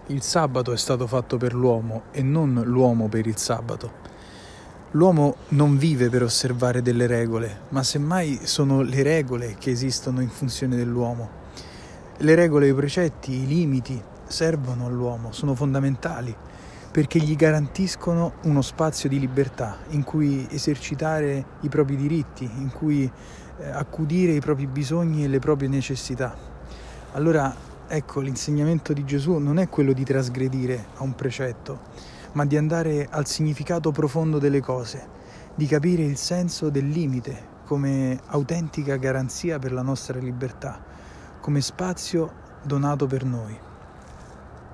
Il sabato è stato fatto per l'uomo e non l'uomo per il sabato. L'uomo non vive per osservare delle regole, ma semmai sono le regole che esistono in funzione dell'uomo. Le regole, i precetti, i limiti servono all'uomo, sono fondamentali perché gli garantiscono uno spazio di libertà in cui esercitare i propri diritti, in cui accudire i propri bisogni e le proprie necessità. Allora, ecco, l'insegnamento di Gesù non è quello di trasgredire a un precetto, ma di andare al significato profondo delle cose, di capire il senso del limite come autentica garanzia per la nostra libertà, come spazio donato per noi.